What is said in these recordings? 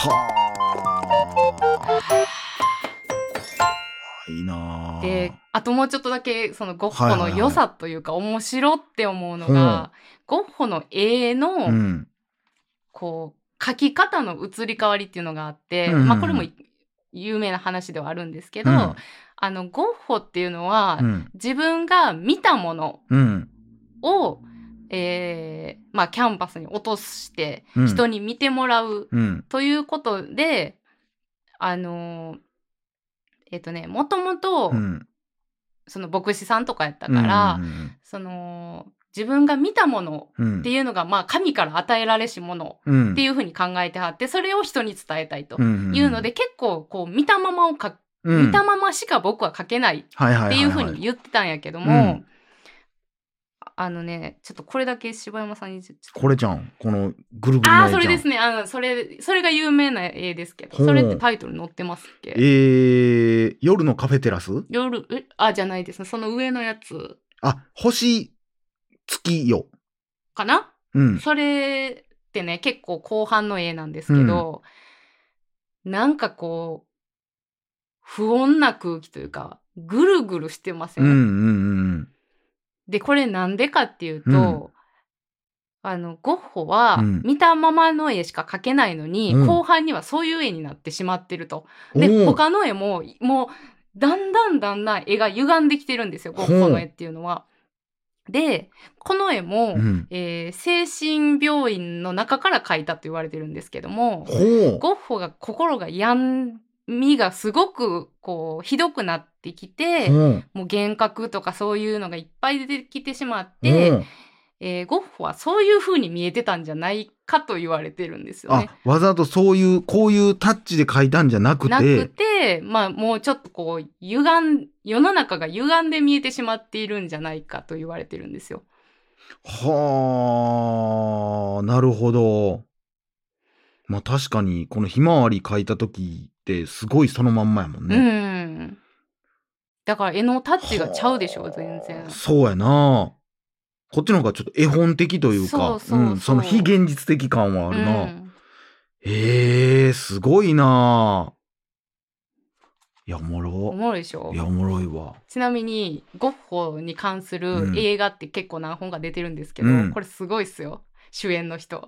いいな。 で、あともうちょっとだけそのゴッホの良さというか面白って思うのが、ゴッホの絵の、こう描き方の移り変わりっていうのがあって、まあこれも有名な話ではあるんですけど、ゴッホっていうのは、自分が見たものを、まあキャンバスに落として人に見てもらうということで、もともとその牧師さんとかやったから、その自分が見たものっていうのが、まあ神から与えられしものっていうふうに考えてはって、それを人に伝えたいというので、結構こう見たまましか僕は書けないっていうふうに言ってたんやけども、ちょっとこれだけ柴山さんにこれじゃん、このぐるぐるの絵じゃん。 それですね。それが有名な絵ですけど、それってタイトル載ってますっけ？ 夜のカフェテラス？ じゃないですね。その上のやつ。 星月夜かな？それってね、結構後半の絵なんですけど、なんかこう、不穏な空気というか、ぐるぐるしてません？で、これなんでかっていうと、ゴッホは見たままの絵しか描けないのに、後半にはそういう絵になってしまってると。で、他の絵も、もう、だんだん絵が歪んできてるんですよ、ゴッホの絵っていうのは。で、この絵も、精神病院の中から描いたと言われてるんですけども、ゴッホが心が病みがすごくこうひどくなってきて、もう幻覚とかそういうのがいっぱい出てきてしまって、ゴッホはそういう風に見えてたんじゃないかと言われてるんですよね。 わざとこういうタッチで描いたんじゃなくて、 まあもうちょっとこう世の中が歪んで見えてしまっているんじゃないかと言われてるんですよ。 はあ、なるほど。まあ確かにこのひまわり描いた時ってすごいそのまんまやもんね。 だから絵のタッチがちゃうでしょ、全然。 そうやな。こっちの方がちょっと絵本的というか、その非現実的感はあるな。すごいな。いや、おもろ。 おもろいでしょ？ いや、おもろいわ。 ちなみに、ゴッホに関する映画って結構何本か出てるんですけど、これすごいっすよ。主演の人。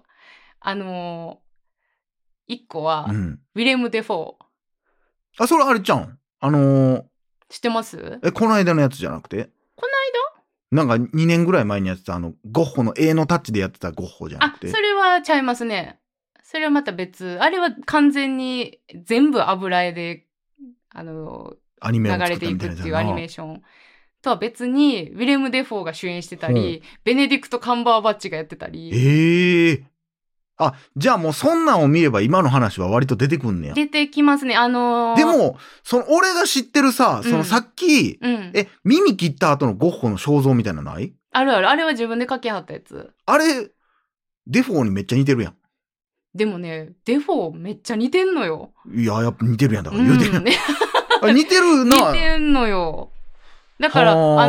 一個は、ウィレム・デフォー。 それあれちゃん？ 知ってます？ この間のやつじゃなくて？ この間？なんか2年ぐらい前にやってたゴッホの絵のタッチでやってたゴッホじゃなくて？ それはちゃいますね。それはまた別。あれは完全に全部油絵で、流れていくっていうアニメーション。とは別に、ウィレム・デフォーが主演してたり、ベネディクト・カンバーバッチがやってたり。 じゃあもうそんなんを見れば今の話は割と出てくんねや。 出てきますね。でも、俺が知ってるさ、さっき、耳切った後のゴッホの肖像みたいなのない？ あるある。あれは自分で描きはったやつ。 あれ、デフォーにめっちゃ似てるやん。 でもね、デフォーめっちゃ似てんのよ。 いや、やっぱ似てるやんだから言うてるやん。似てるな。 似てんのよ。だから、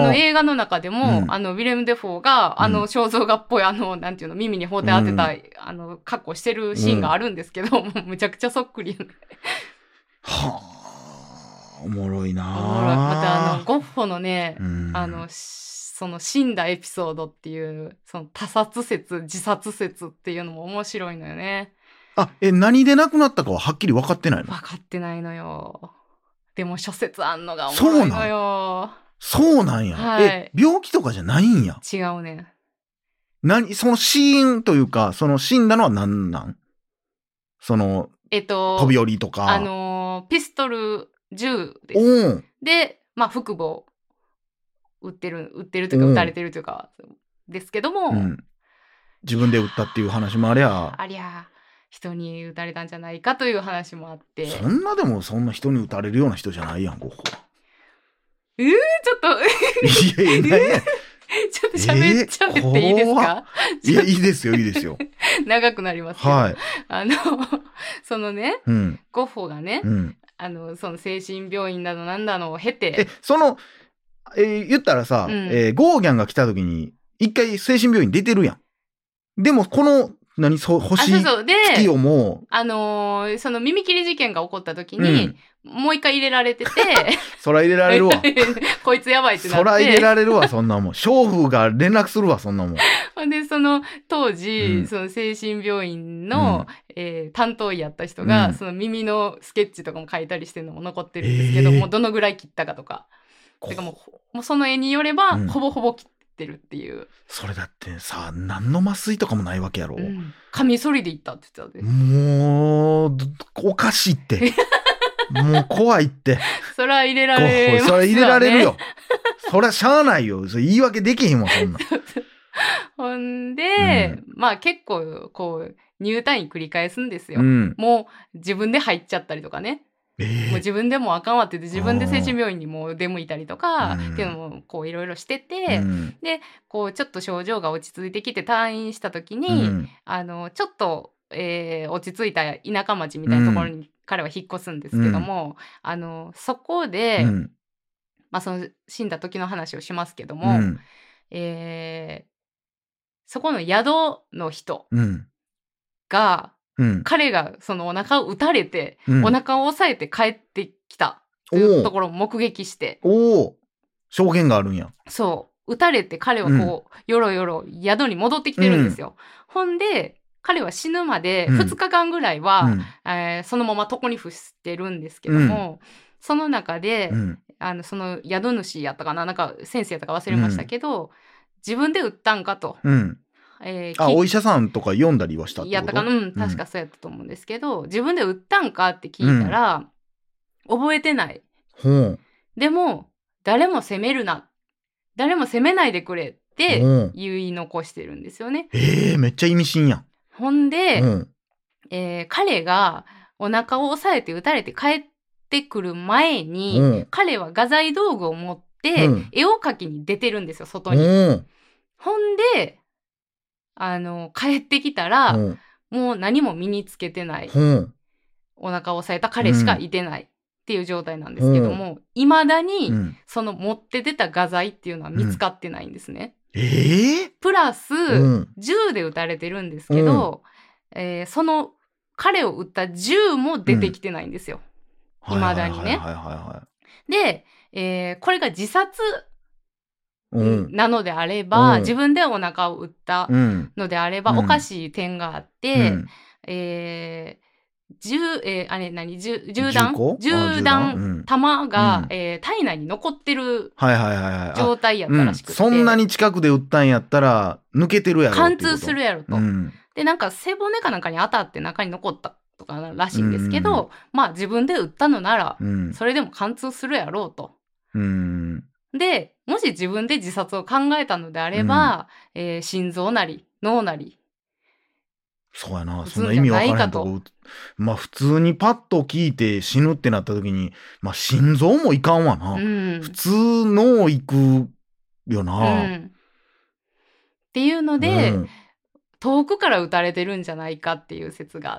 映画の中でも、ウィレム・デフォーが、肖像画っぽい、なんていうの、耳に包帯当てた、格好してるシーンがあるんですけど、もうむちゃくちゃそっくり。 おもろいな。 おもろい。また、ゴッホのね、その死んだエピソードっていう、その他殺説、自殺説っていうのも面白いのよね。 何で亡くなったかははっきり分かってないの？ 分かってないのよ。でも諸説あんのがおもろいのよ。 そうなんや。病気とかじゃないんや。 違うね。 その死因というか、その死んだのは何なん？飛び降りとか。 ピストル銃です。で、まあ、腹部を撃ってるというか、撃たれてるというか、ですけども。 自分で撃ったっていう話もありゃ。 人に撃たれたんじゃないかという話もあって。 そんな人に撃たれるような人じゃないやん、ゴッホは。 ちょっと。ちょっと喋っていいですか？ いや、いいですよ。 長くなりますけど。 はい。 そのね、ゴッホがね、その精神病院などなんだのを経て。 言ったらさ、ゴーギャンが来た時に、一回精神病院出てるやん。でも、この何星月をもう、その耳切り事件が起こった時に、もう一回入れられてて。 そら入れられるわ。 こいつやばいってなって。 そら入れられるわ、そんなもん。娼婦が連絡するわ、そんなもん。 で、その当時、その精神病院の、担当医やった人が、その耳のスケッチとかも書いたりしてるのも残ってるんですけど、もうどのぐらい切ったかとか。てかもうその絵によれば、ほぼほぼ切ってるっていう。 それだってさ、何の麻酔とかもないわけやろ。 カミソリでいったって言ってたで。 もう、おかしいって。もう怖いって。 そら入れられる、ね。 そら入れられるよ。そらしゃあないよ。それ言い訳できへんもん、そんな。 ほんで、まあ結構、こう、入退院繰り返すんですよ。もう自分で入っちゃったりとかね。もう自分でもあかんわって言って自分で精神病院にも出向いたりとかっていうのもこういろいろしてて、でこうちょっと症状が落ち着いてきて退院した時に、ちょっと、落ち着いた田舎町みたいなところに彼は引っ越すんですけども、そこで、まあ、その死んだ時の話をしますけども、そこの宿の人が、彼がそのお腹を撃たれて、お腹を押さえて帰ってきたというところを目撃して。 証言があるんや。 そう。撃たれて彼はこう、よろよろ宿に戻ってきてるんですよ。ほんで、彼は死ぬまで2日間ぐらいは、そのまま床に伏してるんですけども、その中で、その宿主やったかな、なんか先生やったか忘れましたけど、自分で撃ったんかと。 お医者さんとか読んだりはしたってこと？ やったかな、確かそうやったと思うんですけど、自分で撃ったんかって聞いたら、覚えてない。でも、誰も責めるな。誰も責めないでくれって言い残してるんですよね。 めっちゃ意味深やん。 ほんで、彼がお腹を押さえて撃たれて帰ってくる前に、彼は画材道具を持って、絵を描きに出てるんですよ、外に。ほんで、帰ってきたら、もう何も身につけてない。お腹を押さえた彼しかいてないっていう状態なんですけども、未だに、その持って出た画材っていうのは見つかってないんですね。プラス、銃で撃たれてるんですけど、その彼を撃った銃も出てきてないんですよ。未だにね。で、これが自殺なのであれば、自分でお腹を撃ったのであれば、おかしい点があって、銃弾弾が、体内に残ってる状態やったらしくて、 そんなに近くで撃ったんやったら抜けてるやろ貫通するやろと、でなんか背骨かなんかに当たって中に残ったとからしいんですけど、まあ自分で撃ったのなら、それでも貫通するやろうと。で、もし自分で自殺を考えたのであれば、心臓なり脳なり、 そうやな、そんな意味わからへんとこ。まあ普通にパッと聞いて死ぬってなった時に、まあ心臓もいかんわな。普通脳いくよな。 っていうので、遠くから撃たれてるんじゃないかっていう説があって、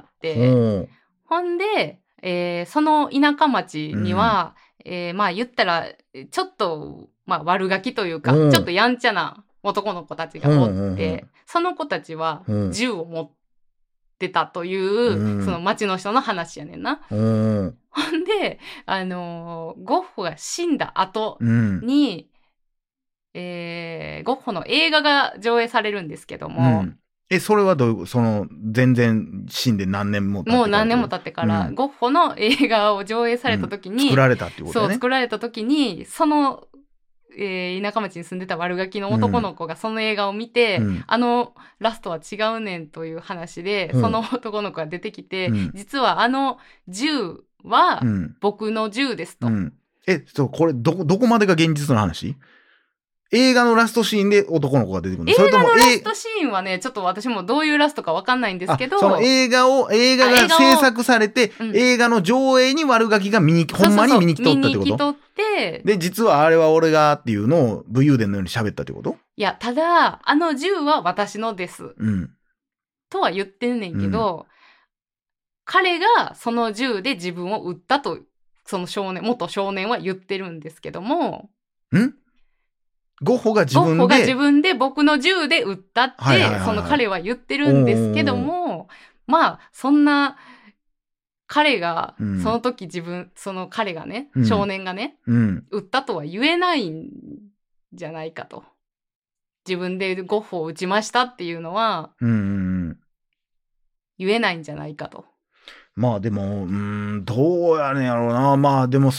ほんで、その田舎町には、まあ言ったらちょっと、まあ、悪ガキというか、ちょっとやんちゃな男の子たちがおって、その子たちは銃を持ってたという、その町の人の話やねんな。ほんで、ゴッホが死んだ後に、ゴッホの映画が上映されるんですけども、 それはどういう、全然死んで何年も経ってから。 もう何年も経ってから、ゴッホの映画を上映された時に、 作られたっていうことね。 そう、作られた時に、その、田舎町に住んでた悪ガキの男の子がその映画を見て、ラストは違うねんという話で、その男の子が出てきて、実は銃は僕の銃ですと。 これどこまでが現実の話？映画のラストシーンで男の子が出てくる。 映画のラストシーンはね、ちょっと私もどういうラストかわかんないんですけど。 その映画が制作されて、映画の上映に悪ガキがほんまに見に来とったってこと？見に来とって。で、実はあれは俺がっていうのを武勇伝のように喋ったってこと？ いや、ただ、銃は私のです。とは言ってんねんけど、彼がその銃で自分を撃ったと、その元少年は言ってるんですけども。 ゴッホが自分で僕の銃で撃ったって、その彼は言ってるんですけども、まあ、そんな、彼が、その時その彼がね、少年がね、撃ったとは言えないんじゃないかと。自分でゴッホを撃ちましたっていうのは、言えないんじゃないかと。 まあでも、どうやねんやろうな。まあでも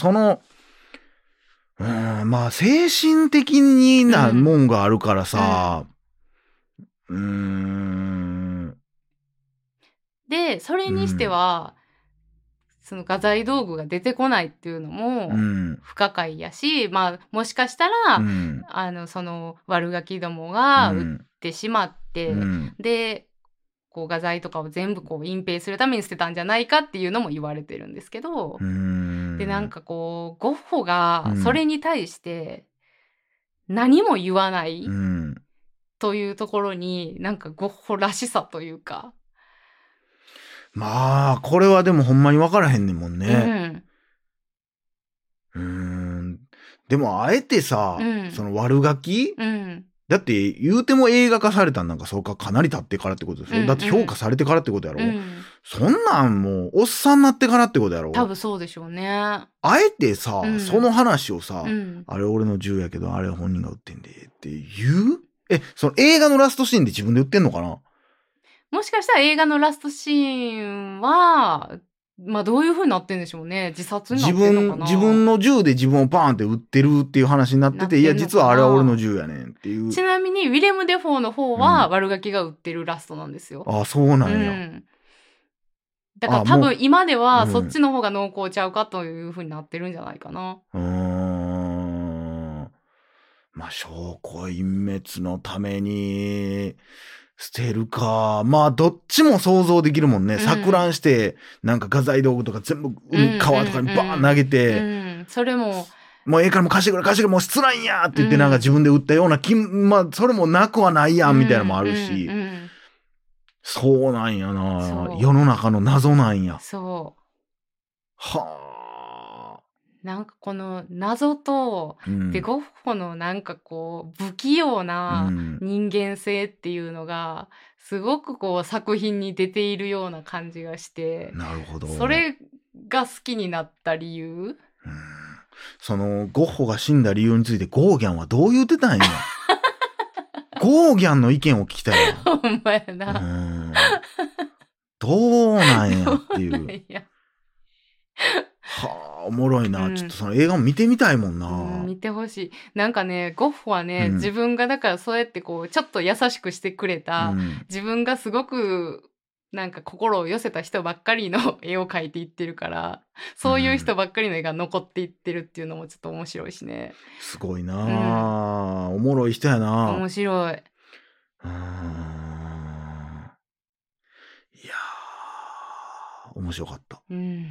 まあ精神的になもんがあるからさ、 で、それにしては、その画材道具が出てこないっていうのも不可解やし、まあもしかしたら、その悪ガキどもが撃ってしまって、で、こう画材とかを全部こう隠蔽するために捨てたんじゃないかっていうのも言われてるんですけど、で、なんかこう、ゴッホがそれに対して何も言わないというところに、なんかゴッホらしさというか。 まあ、これはでもほんまに分からへんねんもんね。でもあえてさ、その悪ガキ、だって言うても映画化されたんなんかそうかなり経ってからってことでしょ、だって評価されてからってことやろ、そんなんもうおっさんになってからってことやろ。 多分そうでしょうね。 あえてさ、その話をさ、あれ俺の銃やけどあれ本人が撃ってんでって言う？その映画のラストシーンで自分で撃ってんのかな？ もしかしたら映画のラストシーンは、まあどういう風になってんでしょうね。自殺になってんのかな。 自分の銃で自分をパーンって撃ってるっていう話になってて、いや実はあれは俺の銃やねんっていう。 ちなみにウィレム・デフォーの方は悪ガキが撃ってるラストなんですよ。 あ、そうなんや。 だから多分今ではそっちの方が濃厚ちゃうかという風になってるんじゃないかな。 まあ証拠隠滅のために捨てるか。まあどっちも想像できるもんね。錯乱してなんか画材道具とか全部海川とかにバーン投げて、 それももうからもう貸してくれもう失礼やって言ってなんか自分で撃ったようなまあそれもなくはないやんみたいなのもあるし、そうなんやな。世の中の謎なんや。 そう。 はあ。 なんかこの謎と、でゴッホのなんかこう不器用な人間性っていうのがすごくこう作品に出ているような感じがして、 なるほど。 それが好きになった理由？ そのゴッホが死んだ理由についてゴーギャンはどう言ってたんや。ゴーギャンの意見を聞きたいわ。 ほんまやな。 どうなんやっていう。はあ、おもろいな。ちょっとその映画も見てみたいもんな。 見てほしい。なんかね、ゴッホはね、自分がだからそうやってこう、ちょっと優しくしてくれた、自分がすごくなんか心を寄せた人ばっかりの絵を描いていってるから、そういう人ばっかりの絵が残っていってるっていうのもちょっと面白いしね。 すごいな、おもろい人やな。 面白い。いやー、面白かった。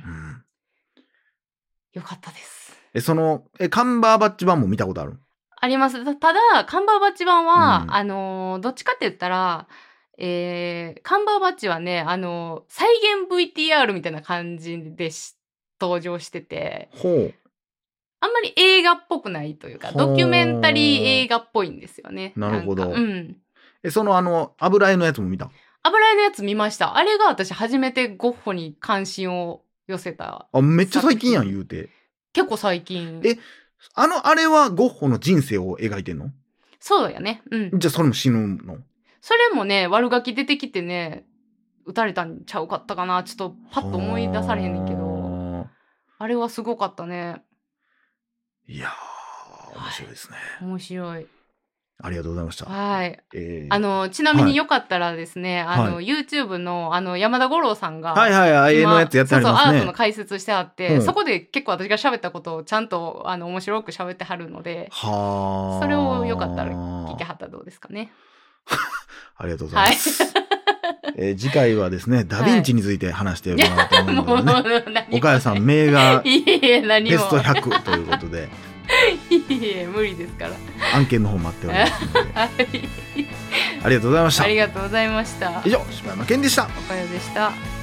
よかったです。 カンバーバッチ版も見たことある？ あります。ただ、カンバーバッチ版は、どっちかって言ったら、カンバーバッチはね、再現 VTR みたいな感じで登場してて、あんまり映画っぽくないというか、ドキュメンタリー映画っぽいんですよね。 なるほど。油絵のやつも見た？ 油絵のやつ見ました。あれが私初めてゴッホに関心を寄せた。 めっちゃ最近やん言うて。 結構最近。 あれはゴッホの人生を描いてんの？ そうやね。 じゃあそれも死ぬの？ それもね、悪ガキ出てきてね、撃たれたんちゃうかったかな。ちょっとパッと思い出されへんねんけど。あれはすごかったね。 いやー、面白いですね。 面白い。 ありがとうございました。 はい。ちなみによかったらですね、YouTube の山田五郎さんが、 絵のやつやってはりますね。 アートの解説してあって、そこで結構私が喋ったことをちゃんと面白く喋ってはるので、それをよかったら聞いてはったらどうですかね。 ありがとうございます。次回はですね、ダヴィンチについて話してもらおうと思うのでね。岡谷さん名画ベスト100ということで。 いえ無理ですから。 案件の方待っておりますので。ありがとうございました。 ありがとうございました。 以上、柴山健でした。 岡谷でした。